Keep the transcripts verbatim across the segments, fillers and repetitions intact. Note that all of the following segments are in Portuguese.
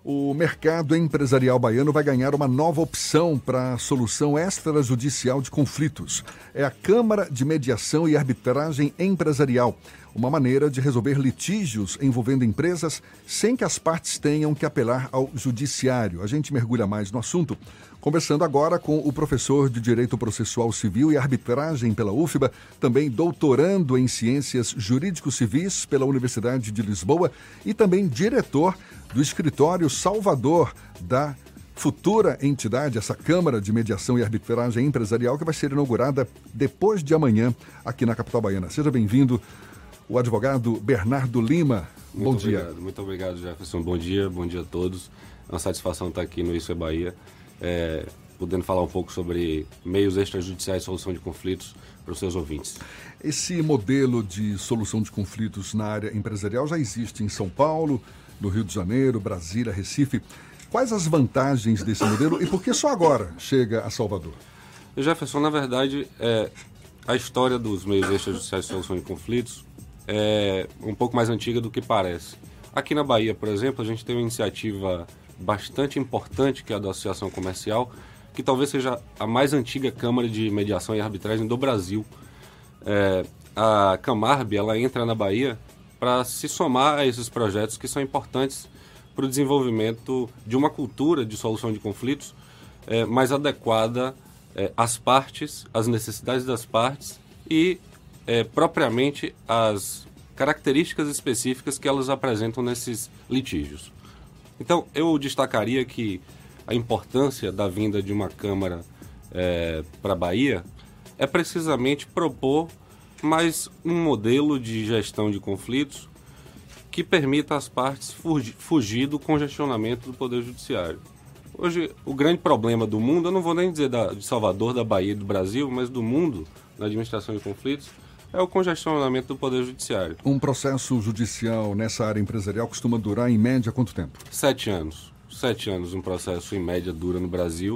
O mercado empresarial baiano vai ganhar uma nova opção para a solução extrajudicial de conflitos. É a Câmara de Mediação e Arbitragem Empresarial, uma maneira de resolver litígios envolvendo empresas sem que as partes tenham que apelar ao judiciário. A gente mergulha mais no assunto, conversando agora com o professor de Direito Processual Civil e Arbitragem pela U F B A, também doutorando em Ciências Jurídico-Civis pela Universidade de Lisboa e também diretor do Escritório Salvador da futura entidade, essa Câmara de Mediação e Arbitragem Empresarial, que vai ser inaugurada depois de amanhã aqui na capital baiana. Seja bem-vindo, o advogado Bernardo Lima. Muito bom obrigado, dia. Muito obrigado, Jefferson. Bom dia, bom dia a todos. É uma satisfação estar aqui no Isso é Bahia, é, podendo falar um pouco sobre meios extrajudiciais de solução de conflitos para os seus ouvintes. Esse modelo de solução de conflitos na área empresarial já existe em São Paulo, no Rio de Janeiro, Brasília, Recife. Quais as vantagens desse modelo e por que só agora chega a Salvador? Jefferson, na verdade, é, a história dos meios extrajudiciais de solução de conflitos é um pouco mais antiga do que parece. Aqui na Bahia, por exemplo, a gente tem uma iniciativa bastante importante, que é a da Associação Comercial, que talvez seja a mais antiga Câmara de Mediação e Arbitragem do Brasil. É, a Camarb, ela entra na Bahia para se somar a esses projetos que são importantes para o desenvolvimento de uma cultura de solução de conflitos é, mais adequada é, às partes, às necessidades das partes e é, propriamente às características específicas que elas apresentam nesses litígios. Então, eu destacaria que a importância da vinda de uma Câmara é, para a Bahia é precisamente propor mais um modelo de gestão de conflitos que permita às partes fugir do congestionamento do Poder Judiciário. Hoje, o grande problema do mundo, eu não vou nem dizer da, de Salvador, da Bahia e do Brasil, mas do mundo na administração de conflitos, é o congestionamento do Poder Judiciário. Um processo judicial nessa área empresarial costuma durar, em média, quanto tempo? Sete anos. Sete anos um processo, em média, dura no Brasil.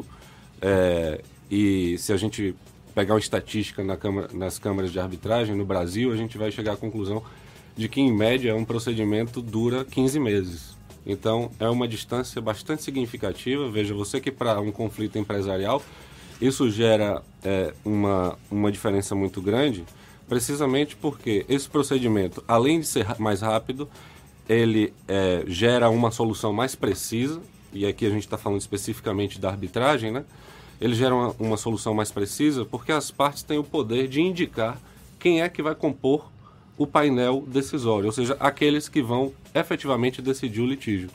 É, e se a gente pegar uma estatística na câmara, nas câmaras de arbitragem no Brasil, a gente vai chegar à conclusão de que, em média, um procedimento dura quinze meses. Então, é uma distância bastante significativa. Veja, você que para um conflito empresarial, isso gera é, uma, uma diferença muito grande, precisamente porque esse procedimento, além de ser mais rápido, ele é, gera uma solução mais precisa, e aqui a gente está falando especificamente da arbitragem, né? Ele gera uma, uma solução mais precisa porque as partes têm o poder de indicar quem é que vai compor o painel decisório, ou seja, aqueles que vão efetivamente decidir o litígio.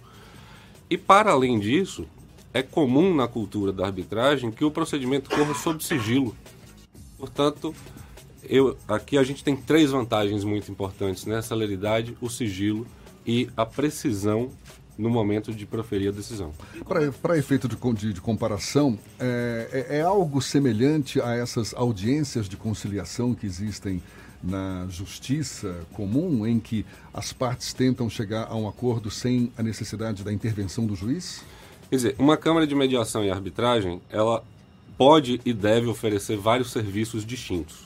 E, para além disso, é comum na cultura da arbitragem que o procedimento corra sob sigilo. Portanto, eu, aqui a gente tem três vantagens muito importantes, né? A celeridade, o sigilo e a precisão no momento de proferir a decisão. Para efeito de, de, de comparação, é, é, é algo semelhante a essas audiências de conciliação que existem na justiça comum, em que as partes tentam chegar a um acordo sem a necessidade da intervenção do juiz? Quer dizer, uma Câmara de Mediação e Arbitragem, ela pode e deve oferecer vários serviços distintos.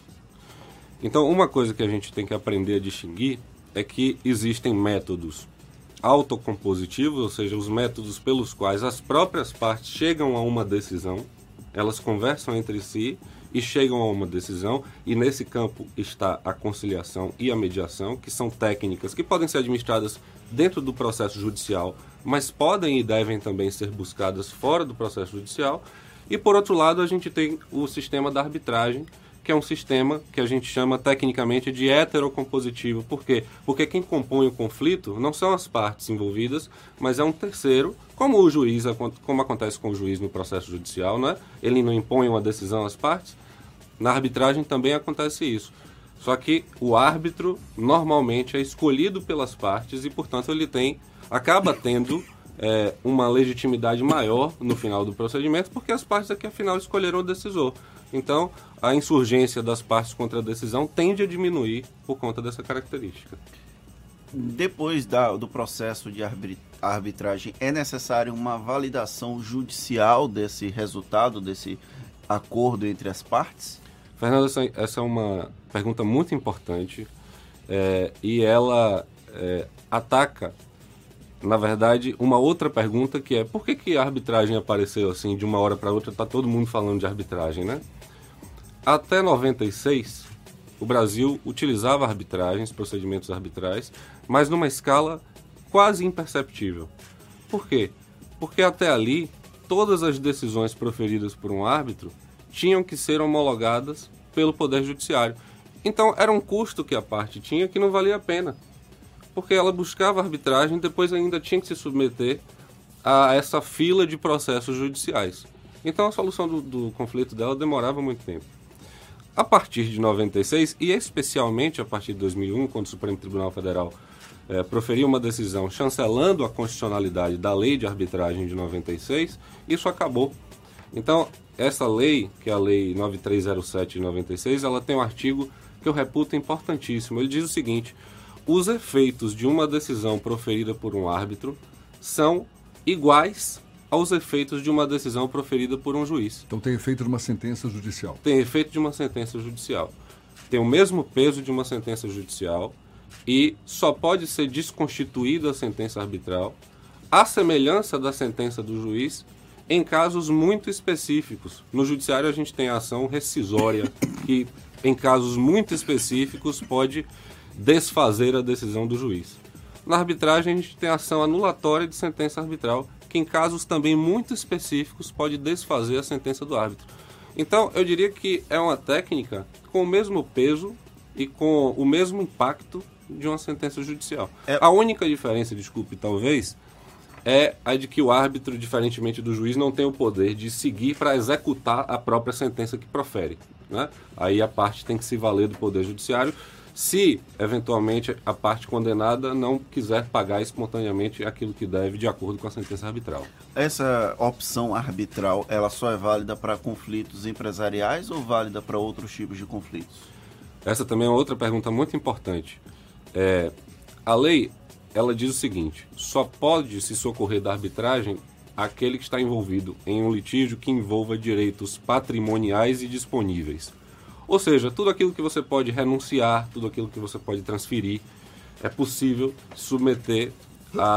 Então, uma coisa que a gente tem que aprender a distinguir é que existem métodos autocompositivos, ou seja, os métodos pelos quais as próprias partes chegam a uma decisão, elas conversam entre si e chegam a uma decisão, e nesse campo está a conciliação e a mediação, que são técnicas que podem ser administradas dentro do processo judicial, mas podem e devem também ser buscadas fora do processo judicial. E, por outro lado, a gente tem o sistema da arbitragem, que é um sistema que a gente chama tecnicamente de heterocompositivo. Por quê? Porque quem compõe o conflito não são as partes envolvidas, mas é um terceiro, como o juiz, como acontece com o juiz no processo judicial, né? Ele não impõe uma decisão às partes. Na arbitragem também acontece isso. Só que o árbitro normalmente é escolhido pelas partes e, portanto, ele tem, acaba tendo é, uma legitimidade maior no final do procedimento, porque as partes aqui, afinal, escolheram o decisor. Então, a insurgência das partes contra a decisão tende a diminuir por conta dessa característica. Depois da, do processo de arbitragem, é necessário uma validação judicial desse resultado, desse acordo entre as partes? Fernando, essa, essa é uma pergunta muito importante é, e ela é, ataca na verdade, uma outra pergunta que é por que, que a arbitragem apareceu assim de uma hora para outra? Está todo mundo falando de arbitragem, né? Até noventa e seis, o Brasil utilizava arbitragens, procedimentos arbitrais, mas numa escala quase imperceptível. Por quê? Porque até ali, todas as decisões proferidas por um árbitro tinham que ser homologadas pelo Poder Judiciário. Então, era um custo que a parte tinha que não valia a pena, porque ela buscava arbitragem e depois ainda tinha que se submeter a essa fila de processos judiciais. Então, a solução do, do conflito dela demorava muito tempo. A partir de noventa e seis, e especialmente a partir de dois mil e um, quando o Supremo Tribunal Federal eh, proferiu uma decisão chancelando a constitucionalidade da lei de arbitragem de noventa e seis, isso acabou. Então, essa lei, que é a Lei nove três zero sete de noventa e seis, ela tem um artigo que eu reputo importantíssimo. Ele diz o seguinte: os efeitos de uma decisão proferida por um árbitro são iguais aos efeitos de uma decisão proferida por um juiz. Então tem efeito de uma sentença judicial. Tem efeito de uma sentença judicial. Tem o mesmo peso de uma sentença judicial e só pode ser desconstituída a sentença arbitral à semelhança da sentença do juiz em casos muito específicos. No judiciário a gente tem a ação rescisória que, em casos muito específicos, pode desfazer a decisão do juiz. Na arbitragem a gente tem a ação anulatória de sentença arbitral, que em casos também muito específicos pode desfazer a sentença do árbitro. Então, eu diria que é uma técnica com o mesmo peso e com o mesmo impacto de uma sentença judicial. É... A única diferença, desculpe, talvez, é a de que o árbitro, diferentemente do juiz, não tem o poder de seguir para executar a própria sentença que profere, né? Aí a parte tem que se valer do Poder Judiciário, se, eventualmente, a parte condenada não quiser pagar espontaneamente aquilo que deve de acordo com a sentença arbitral. Essa opção arbitral, ela só é válida para conflitos empresariais ou válida para outros tipos de conflitos? Essa também é outra pergunta muito importante. É, a lei, ela diz o seguinte: só pode se socorrer da arbitragem aquele que está envolvido em um litígio que envolva direitos patrimoniais e disponíveis. Ou seja, tudo aquilo que você pode renunciar, tudo aquilo que você pode transferir, é possível submeter à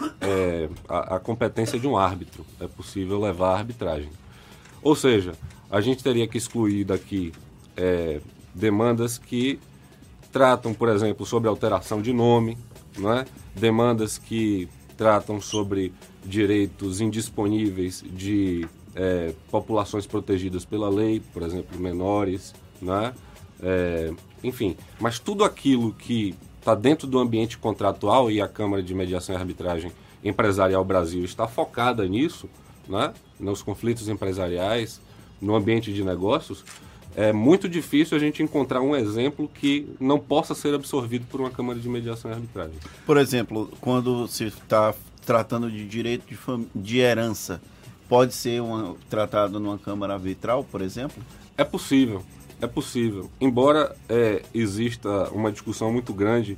é, a, a competência de um árbitro. É possível levar à arbitragem. Ou seja, a gente teria que excluir daqui é, demandas que tratam, por exemplo, sobre alteração de nome, não é? Demandas que tratam sobre direitos indisponíveis de é, populações protegidas pela lei, por exemplo, menores, né? É, enfim, mas tudo aquilo que está dentro do ambiente contratual, e a Câmara de Mediação e Arbitragem Empresarial Brasil está focada nisso, né? Nos conflitos empresariais, no ambiente de negócios, é muito difícil a gente encontrar um exemplo que não possa ser absorvido por uma Câmara de Mediação e Arbitragem. Por exemplo, quando se está tratando de direito de, fam... de herança, pode ser uma... tratado numa Câmara arbitral, por exemplo? É possível. É possível, embora é, exista uma discussão muito grande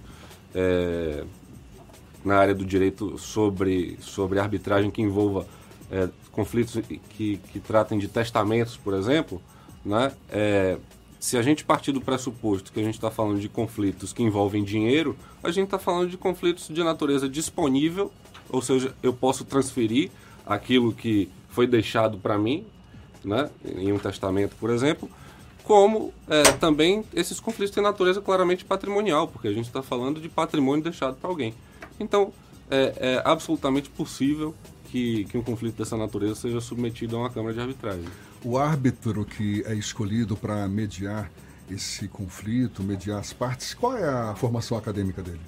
é, na área do direito sobre, sobre arbitragem que envolva é, conflitos que, que tratem de testamentos, por exemplo, né? É, se a gente partir do pressuposto que a gente está falando de conflitos que envolvem dinheiro, a gente está falando de conflitos de natureza disponível, ou seja, eu posso transferir aquilo que foi deixado para mim, né, em um testamento, por exemplo, como é, também esses conflitos têm natureza claramente patrimonial, porque a gente está falando de patrimônio deixado para alguém. Então, é, é absolutamente possível que, que um conflito dessa natureza seja submetido a uma Câmara de Arbitragem. O árbitro que é escolhido para mediar esse conflito, mediar as partes, qual é a formação acadêmica dele?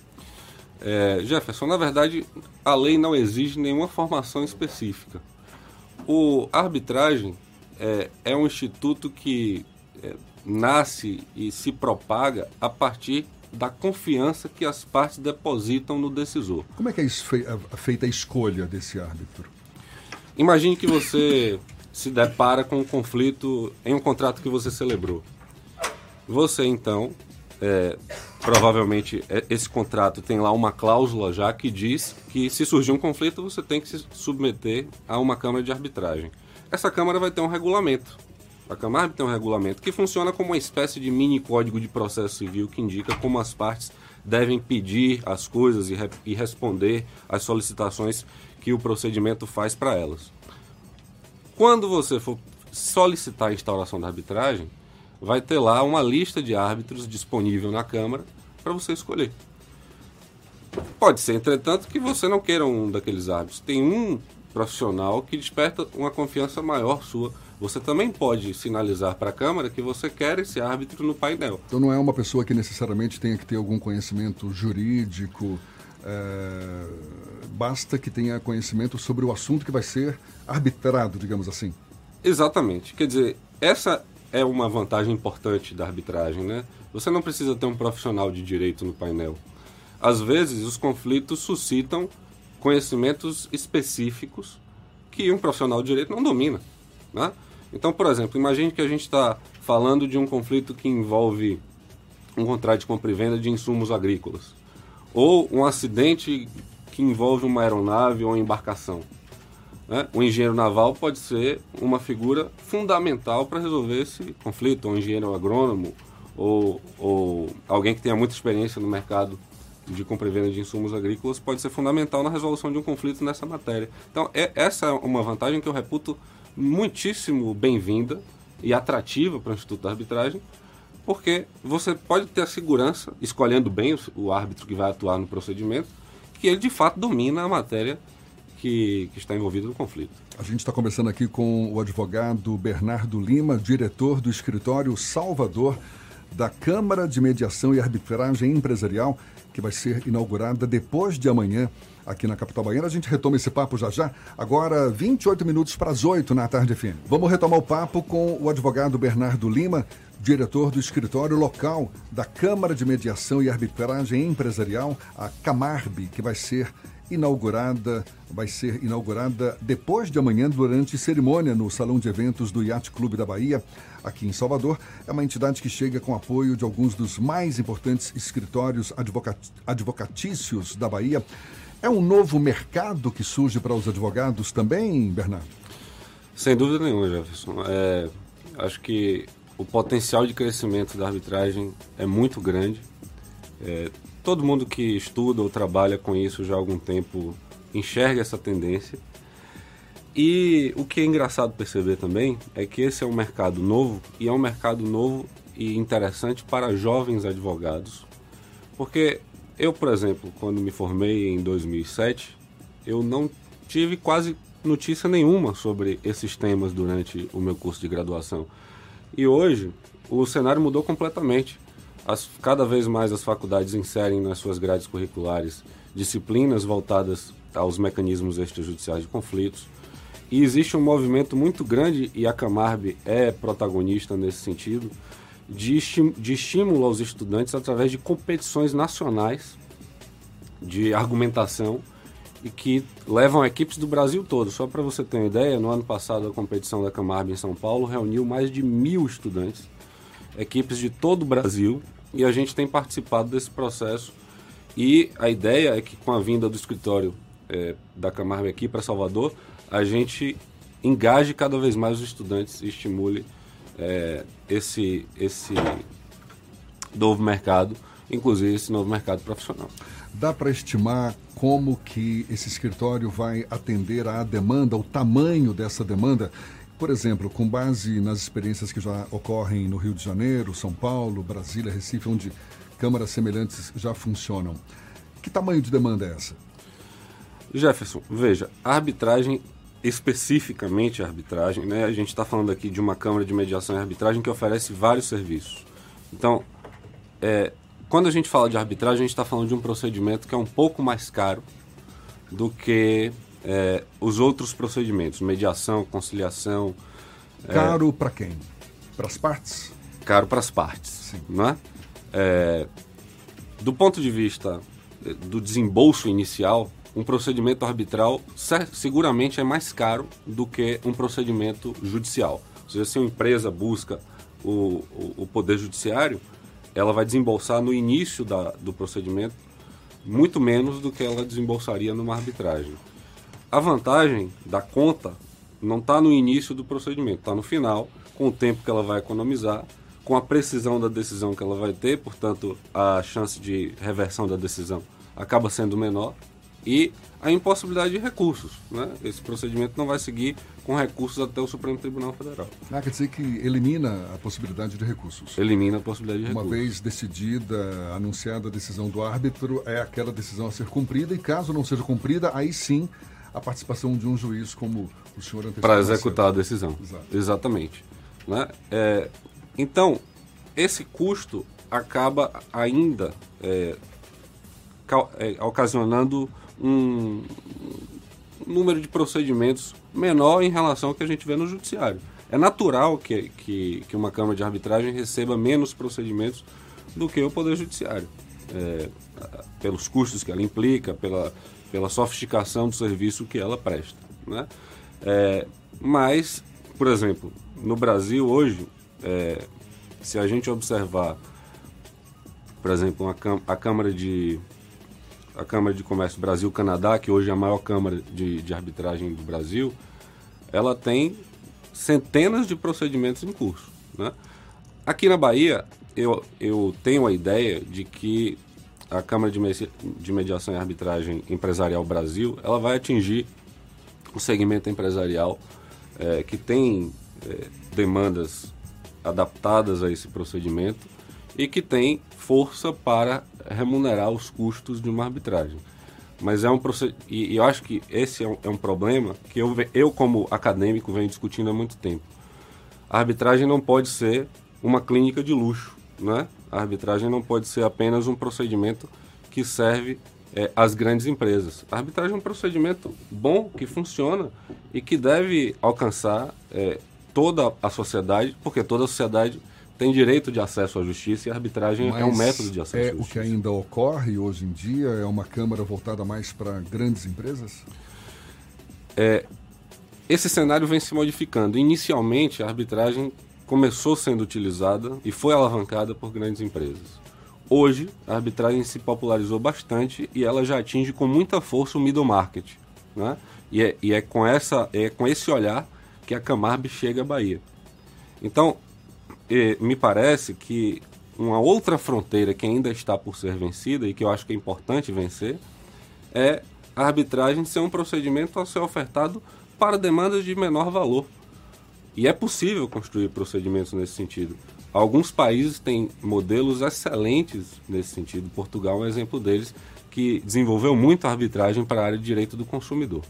É, Jefferson, na verdade, a lei não exige nenhuma formação específica. O a arbitragem é, é um instituto que É, nasce e se propaga a partir da confiança que as partes depositam no decisor. Como é que é feita a escolha desse árbitro? Imagine que você se depara com um conflito em um contrato que você celebrou. Você, então, é, provavelmente esse contrato tem lá uma cláusula já que diz que se surgir um conflito você tem que se submeter a uma Câmara de Arbitragem. Essa Câmara vai ter um regulamento. A Câmara tem um regulamento que funciona como uma espécie de mini código de processo civil que indica como as partes devem pedir as coisas e, re, e responder às solicitações que o procedimento faz para elas. Quando você for solicitar a instauração da arbitragem, vai ter lá uma lista de árbitros disponível na Câmara para você escolher. Pode ser, entretanto, que você não queira um daqueles árbitros. Tem um profissional que desperta uma confiança maior sua. Você também pode sinalizar para a Câmara que você quer esse árbitro no painel. Então não é uma pessoa que necessariamente tenha que ter algum conhecimento jurídico, é... basta que tenha conhecimento sobre o assunto que vai ser arbitrado, digamos assim. Exatamente. Quer dizer, essa é uma vantagem importante da arbitragem, né? Você não precisa ter um profissional de direito no painel. Às vezes, os conflitos suscitam conhecimentos específicos que um profissional de direito não domina, né? Então, por exemplo, imagine que a gente está falando de um conflito que envolve um contrato de compra e venda de insumos agrícolas, ou um acidente que envolve uma aeronave ou uma embarcação, né? O engenheiro naval pode ser uma figura fundamental para resolver esse conflito, ou um engenheiro agrônomo, ou, ou alguém que tenha muita experiência no mercado de compra e venda de insumos agrícolas pode ser fundamental na resolução de um conflito nessa matéria. Então, é, essa é uma vantagem que eu reputo muitíssimo bem-vinda e atrativa para o Instituto da Arbitragem, porque você pode ter a segurança, escolhendo bem o, o árbitro que vai atuar no procedimento, que ele de fato domina a matéria que, que está envolvida no conflito. A gente está conversando aqui com o advogado Bernardo Lima, diretor do escritório Salvador da Câmara de Mediação e Arbitragem Empresarial, que vai ser inaugurada depois de amanhã aqui na capital baiana. A gente retoma esse papo já já, agora vinte e oito minutos para as oito na Tarde F M. Vamos retomar o papo com o advogado Bernardo Lima, diretor do escritório local da Câmara de Mediação e Arbitragem Empresarial, a Camarb, que vai ser inaugurada, vai ser inaugurada depois de amanhã durante cerimônia no Salão de Eventos do Yacht Clube da Bahia, aqui em Salvador. É uma entidade que chega com apoio de alguns dos mais importantes escritórios advocat- advocatícios da Bahia. É um novo mercado que surge para os advogados também, Bernardo? Sem dúvida nenhuma, Jefferson. É, acho que o potencial de crescimento da arbitragem é muito grande. É, todo mundo que estuda ou trabalha com isso já há algum tempo enxerga essa tendência. E o que é engraçado perceber também é que esse é um mercado novo, e é um mercado novo e interessante para jovens advogados. Porque eu, por exemplo, quando me formei em dois mil e sete, eu não tive quase notícia nenhuma sobre esses temas durante o meu curso de graduação. E hoje o cenário mudou completamente. As, cada vez mais as faculdades inserem nas suas grades curriculares disciplinas voltadas aos mecanismos extrajudiciais de conflitos. E existe um movimento muito grande, e a Camarb é protagonista nesse sentido, de, esti- de estímulo aos estudantes através de competições nacionais de argumentação e que levam equipes do Brasil todo. Só para você ter uma ideia, no ano passado a competição da Camarb em São Paulo reuniu mais de mil estudantes, equipes de todo o Brasil, e a gente tem participado desse processo. E a ideia é que com a vinda do escritório é, da Camarb aqui para Salvador, a gente engaje cada vez mais os estudantes e estimule é, esse, esse novo mercado, inclusive esse novo mercado profissional. Dá para estimar como que esse escritório vai atender à demanda, o tamanho dessa demanda? Por exemplo, com base nas experiências que já ocorrem no Rio de Janeiro, São Paulo, Brasília, Recife, onde câmaras semelhantes já funcionam. Que tamanho de demanda é essa? Jefferson, veja, a arbitragem, especificamente a arbitragem, né? A gente está falando aqui de uma Câmara de Mediação e Arbitragem que oferece vários serviços. Então, é, quando a gente fala de arbitragem, a gente está falando de um procedimento que é um pouco mais caro do que é, os outros procedimentos, mediação, conciliação. Caro é, para quem? Para as partes? Caro para as partes, sim, não é? É, do ponto de vista do desembolso inicial, um procedimento arbitral seguramente é mais caro do que um procedimento judicial. Ou seja, se uma empresa busca o, o, o poder judiciário, ela vai desembolsar no início da, do procedimento muito menos do que ela desembolsaria numa arbitragem. A vantagem da conta não está no início do procedimento, está no final, com o tempo que ela vai economizar, com a precisão da decisão que ela vai ter, portanto, a chance de reversão da decisão acaba sendo menor, e a impossibilidade de recursos, né? Esse procedimento não vai seguir com recursos até o Supremo Tribunal Federal. Ah, quer dizer que elimina a possibilidade de recursos. Elimina a possibilidade de Uma recursos. vez decidida, anunciada a decisão do árbitro, é aquela decisão a ser cumprida, e caso não seja cumprida, aí sim a participação de um juiz, como o senhor antecipou. Para executar a decisão. Exato. Exatamente. Né? É, então, esse custo acaba ainda é, ca- é, ocasionando um, um número de procedimentos menor em relação ao que a gente vê no judiciário. É natural que, que, que uma Câmara de Arbitragem receba menos procedimentos do que o Poder Judiciário, é, pelos custos que ela implica, pela, pela sofisticação do serviço que ela presta, né? É, mas, por exemplo, no Brasil hoje, é, se a gente observar, por exemplo, uma, a Câmara de a Câmara de Comércio Brasil-Canadá, que hoje é a maior Câmara de, de arbitragem do Brasil, ela tem centenas de procedimentos em curso, né? Aqui na Bahia, eu, eu tenho a ideia de que a Câmara de, Medi- de Mediação e Arbitragem Empresarial Brasil, ela vai atingir o segmento empresarial é, que tem é, demandas adaptadas a esse procedimento e que tem força para remunerar os custos de uma arbitragem. Mas é um procedimento, e, e eu acho que esse é um, é um problema que eu, eu, como acadêmico, venho discutindo há muito tempo. A arbitragem não pode ser uma clínica de luxo, né? A arbitragem não pode ser apenas um procedimento que serve é, às grandes empresas. A arbitragem é um procedimento bom, que funciona e que deve alcançar é, toda a sociedade, porque toda a sociedade tem direito de acesso à justiça, e a arbitragem Mas é um método de acesso é à justiça. o que ainda ocorre hoje em dia? É uma Câmara voltada mais para grandes empresas? É, esse cenário vem se modificando. Inicialmente, a arbitragem começou sendo utilizada e foi alavancada por grandes empresas. Hoje, a arbitragem se popularizou bastante e ela já atinge com muita força o middle market, né? E, é, e é, com essa, é com esse olhar que a Camarb chega à Bahia. Então, é, me parece que uma outra fronteira que ainda está por ser vencida e que eu acho que é importante vencer é a arbitragem ser um procedimento a ser ofertado para demandas de menor valor. E é possível construir procedimentos nesse sentido. Alguns países têm modelos excelentes nesse sentido. Portugal é um exemplo deles, que desenvolveu muito a arbitragem para a área de direito do consumidor.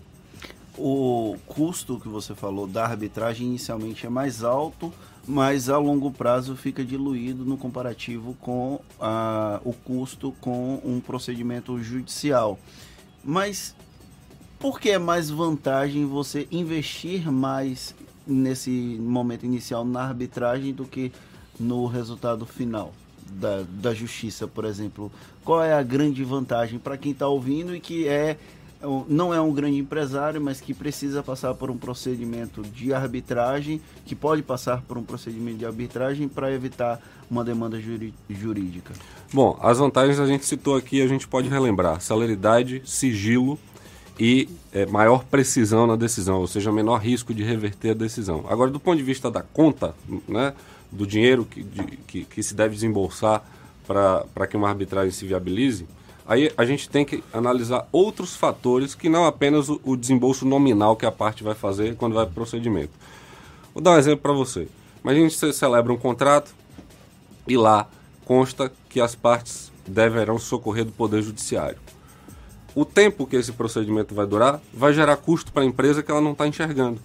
O custo que você falou da arbitragem inicialmente é mais alto, mas a longo prazo fica diluído no comparativo com a, o custo com um procedimento judicial. Mas por que é mais vantagem você investir mais nesse momento inicial na arbitragem do que no resultado final da, da justiça, por exemplo? Qual é a grande vantagem para quem está ouvindo e que é, não é um grande empresário, mas que precisa passar por um procedimento de arbitragem, que pode passar por um procedimento de arbitragem para evitar uma demanda juri, jurídica? Bom, as vantagens a gente citou aqui, a gente pode relembrar: celeridade, sigilo e é, maior precisão na decisão, ou seja, menor risco de reverter a decisão. Agora, do ponto de vista da conta, né, do dinheiro que, de, que, que se deve desembolsar para que uma arbitragem se viabilize, aí a gente tem que analisar outros fatores que não apenas o, o desembolso nominal que a parte vai fazer quando vai para o procedimento. Vou dar um exemplo para você. Imagina que você celebra um contrato e lá consta que as partes deverão socorrer do Poder Judiciário. O tempo que esse procedimento vai durar vai gerar custo para a empresa que ela não está enxergando.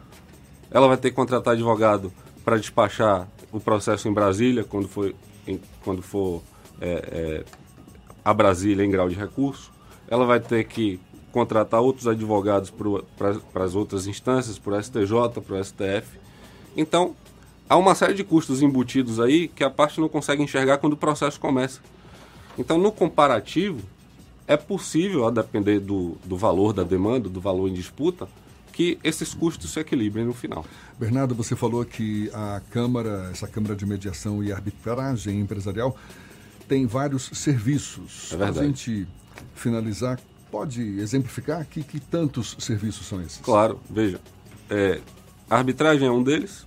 Ela vai ter que contratar advogado para despachar o processo em Brasília, quando for, em, quando for é, é, a Brasília em grau de recurso. Ela vai ter que contratar outros advogados para as outras instâncias, para o S T J, para o S T F. Então, há uma série de custos embutidos aí que a parte não consegue enxergar quando o processo começa. Então, no comparativo, é possível, a depender do, do valor da demanda, do valor em disputa, que esses custos se equilibrem no final. Bernardo, você falou que a Câmara, essa Câmara de Mediação e Arbitragem Empresarial, tem vários serviços. É verdade. Para a gente finalizar, pode exemplificar que, que tantos serviços são esses? Claro, veja, é, a arbitragem é um deles,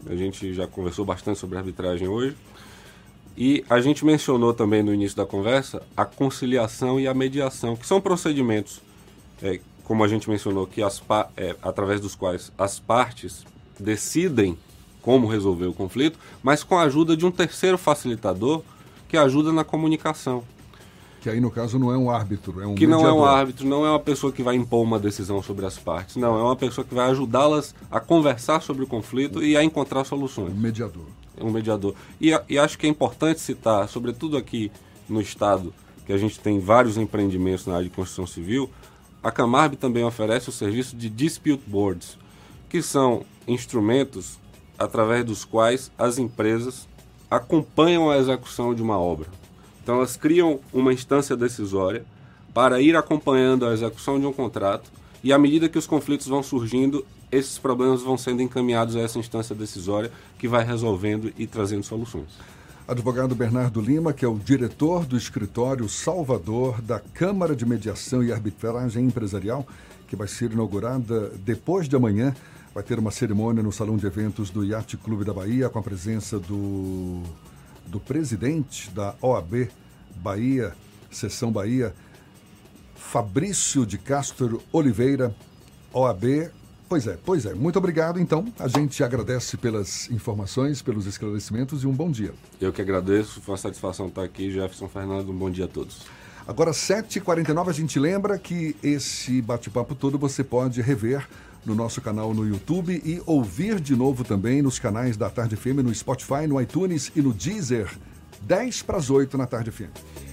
A gente já conversou bastante sobre arbitragem hoje. E a gente mencionou também no início da conversa a conciliação e a mediação, que são procedimentos, é, como a gente mencionou, que as, é, através dos quais as partes decidem como resolver o conflito, mas com a ajuda de um terceiro facilitador que ajuda na comunicação. Que aí, no caso, não é um árbitro, é um Que mediador. não é um árbitro, não é uma pessoa que vai impor uma decisão sobre as partes. Não, é uma pessoa que vai ajudá-las a conversar sobre o conflito e a encontrar soluções. Um mediador. É um mediador. E, e acho que é importante citar, sobretudo aqui no Estado, que a gente tem vários empreendimentos na área de construção civil, a Camarb também oferece o serviço de Dispute Boards, que são instrumentos através dos quais as empresas acompanham a execução de uma obra. Então elas criam uma instância decisória para ir acompanhando a execução de um contrato e à medida que os conflitos vão surgindo, esses problemas vão sendo encaminhados a essa instância decisória que vai resolvendo e trazendo soluções. Advogado Bernardo Lima, que é o diretor do escritório Salvador da Câmara de Mediação e Arbitragem Empresarial, que vai ser inaugurada depois de amanhã. Vai ter uma cerimônia no Salão de Eventos do Yacht Clube da Bahia, com a presença do, do presidente da O A B Bahia, Seção Bahia, Fabrício de Castro Oliveira, O A B. Pois é, pois é. Muito obrigado, então. A gente agradece pelas informações, pelos esclarecimentos e um bom dia. Eu que agradeço, foi uma satisfação estar aqui. Jefferson Fernando, um bom dia a todos. Agora, sete e quarenta e nove, a gente lembra que esse bate-papo todo você pode rever no nosso canal no YouTube e ouvir de novo também nos canais da Tarde F M, no Spotify, no iTunes e no Deezer, dez para as oito na Tarde F M.